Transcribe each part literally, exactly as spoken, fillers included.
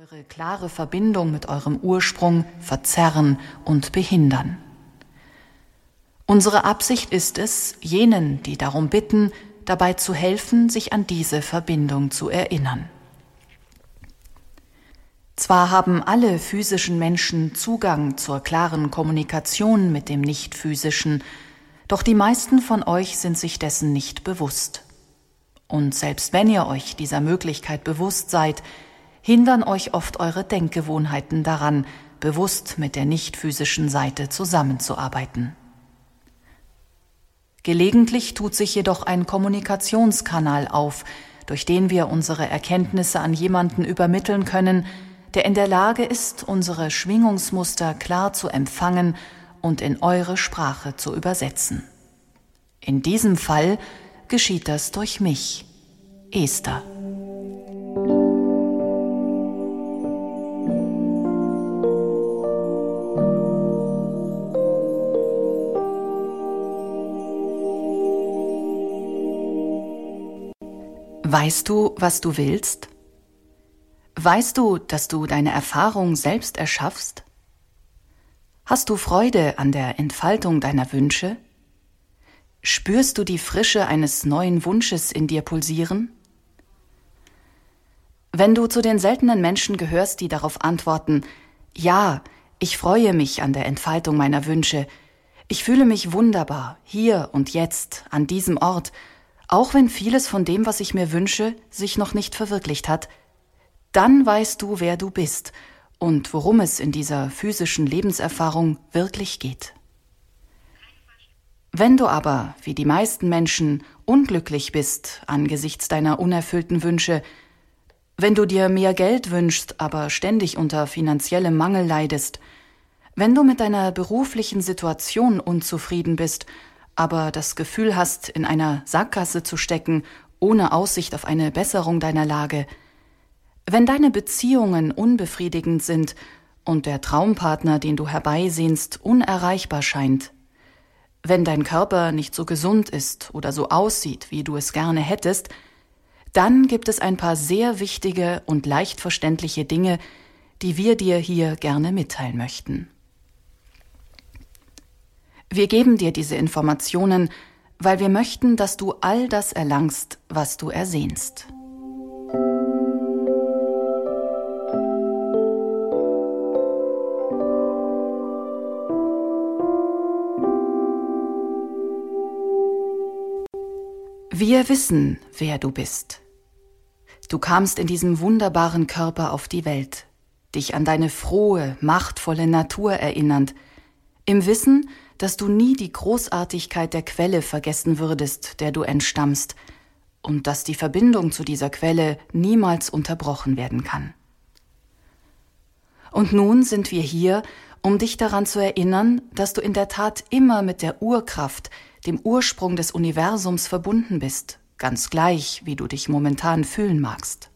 eure klare Verbindung mit eurem Ursprung verzerren und behindern. Unsere Absicht ist es, jenen, die darum bitten, dabei zu helfen, sich an diese Verbindung zu erinnern. Zwar haben alle physischen Menschen Zugang zur klaren Kommunikation mit dem Nicht-Physischen, doch die meisten von euch sind sich dessen nicht bewusst. Und selbst wenn ihr euch dieser Möglichkeit bewusst seid, hindern euch oft eure Denkgewohnheiten daran, bewusst mit der nicht-physischen Seite zusammenzuarbeiten. Gelegentlich tut sich jedoch ein Kommunikationskanal auf, durch den wir unsere Erkenntnisse an jemanden übermitteln können, der in der Lage ist, unsere Schwingungsmuster klar zu empfangen und in eure Sprache zu übersetzen. In diesem Fall geschieht das durch mich, Esther. Weißt du, was du willst? Weißt du, dass du deine Erfahrung selbst erschaffst? Hast du Freude an der Entfaltung deiner Wünsche? Spürst du die Frische eines neuen Wunsches in dir pulsieren? Wenn du zu den seltenen Menschen gehörst, die darauf antworten, ja, ich freue mich an der Entfaltung meiner Wünsche, ich fühle mich wunderbar, hier und jetzt, an diesem Ort, auch wenn vieles von dem, was ich mir wünsche, sich noch nicht verwirklicht hat, dann weißt du, wer du bist und worum es in dieser physischen Lebenserfahrung wirklich geht. Wenn du aber, wie die meisten Menschen, unglücklich bist angesichts deiner unerfüllten Wünsche, wenn du dir mehr Geld wünschst, aber ständig unter finanziellem Mangel leidest, wenn du mit deiner beruflichen Situation unzufrieden bist, aber das Gefühl hast, in einer Sackgasse zu stecken, ohne Aussicht auf eine Besserung deiner Lage, wenn deine Beziehungen unbefriedigend sind und der Traumpartner, den du herbeisehnst, unerreichbar scheint, wenn dein Körper nicht so gesund ist oder so aussieht, wie du es gerne hättest, dann gibt es ein paar sehr wichtige und leicht verständliche Dinge, die wir dir hier gerne mitteilen möchten. Wir geben dir diese Informationen, weil wir möchten, dass du all das erlangst, was du ersehnst. Wir wissen, wer du bist. Du kamst in diesem wunderbaren Körper auf die Welt, dich an deine frohe, machtvolle Natur erinnernd, im Wissen, dass du nie die Großartigkeit der Quelle vergessen würdest, der du entstammst, und dass die Verbindung zu dieser Quelle niemals unterbrochen werden kann. Und nun sind wir hier, um dich daran zu erinnern, dass du in der Tat immer mit der Urkraft, dem Ursprung des Universums verbunden bist, ganz gleich, wie du dich momentan fühlen magst.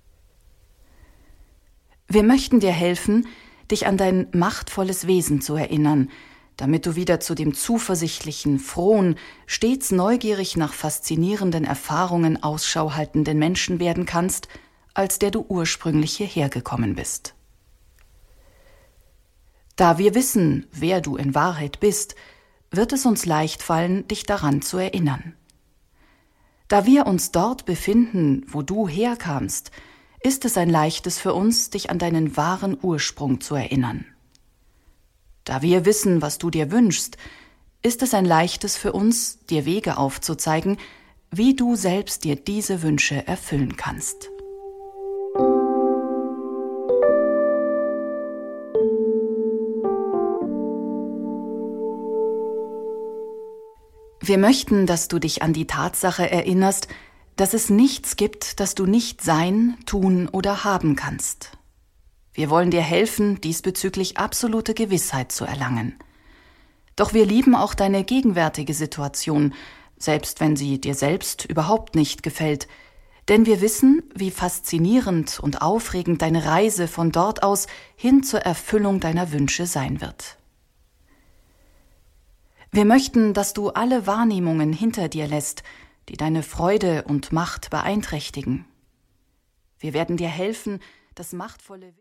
Wir möchten dir helfen, dich an dein machtvolles Wesen zu erinnern, damit du wieder zu dem zuversichtlichen, frohen, stets neugierig nach faszinierenden Erfahrungen Ausschau haltenden Menschen werden kannst, als der du ursprünglich hierher gekommen bist. Da wir wissen, wer du in Wahrheit bist, wird es uns leicht fallen, dich daran zu erinnern. Da wir uns dort befinden, wo du herkamst, ist es ein leichtes für uns, dich an deinen wahren Ursprung zu erinnern. Da wir wissen, was du dir wünschst, ist es ein leichtes für uns, dir Wege aufzuzeigen, wie du selbst dir diese Wünsche erfüllen kannst. Wir möchten, dass du dich an die Tatsache erinnerst, dass es nichts gibt, das du nicht sein, tun oder haben kannst. Wir wollen dir helfen, diesbezüglich absolute Gewissheit zu erlangen. Doch wir lieben auch deine gegenwärtige Situation, selbst wenn sie dir selbst überhaupt nicht gefällt, denn wir wissen, wie faszinierend und aufregend deine Reise von dort aus hin zur Erfüllung deiner Wünsche sein wird. Wir möchten, dass du alle Wahrnehmungen hinter dir lässt, die deine Freude und Macht beeinträchtigen. Wir werden dir helfen, das machtvolle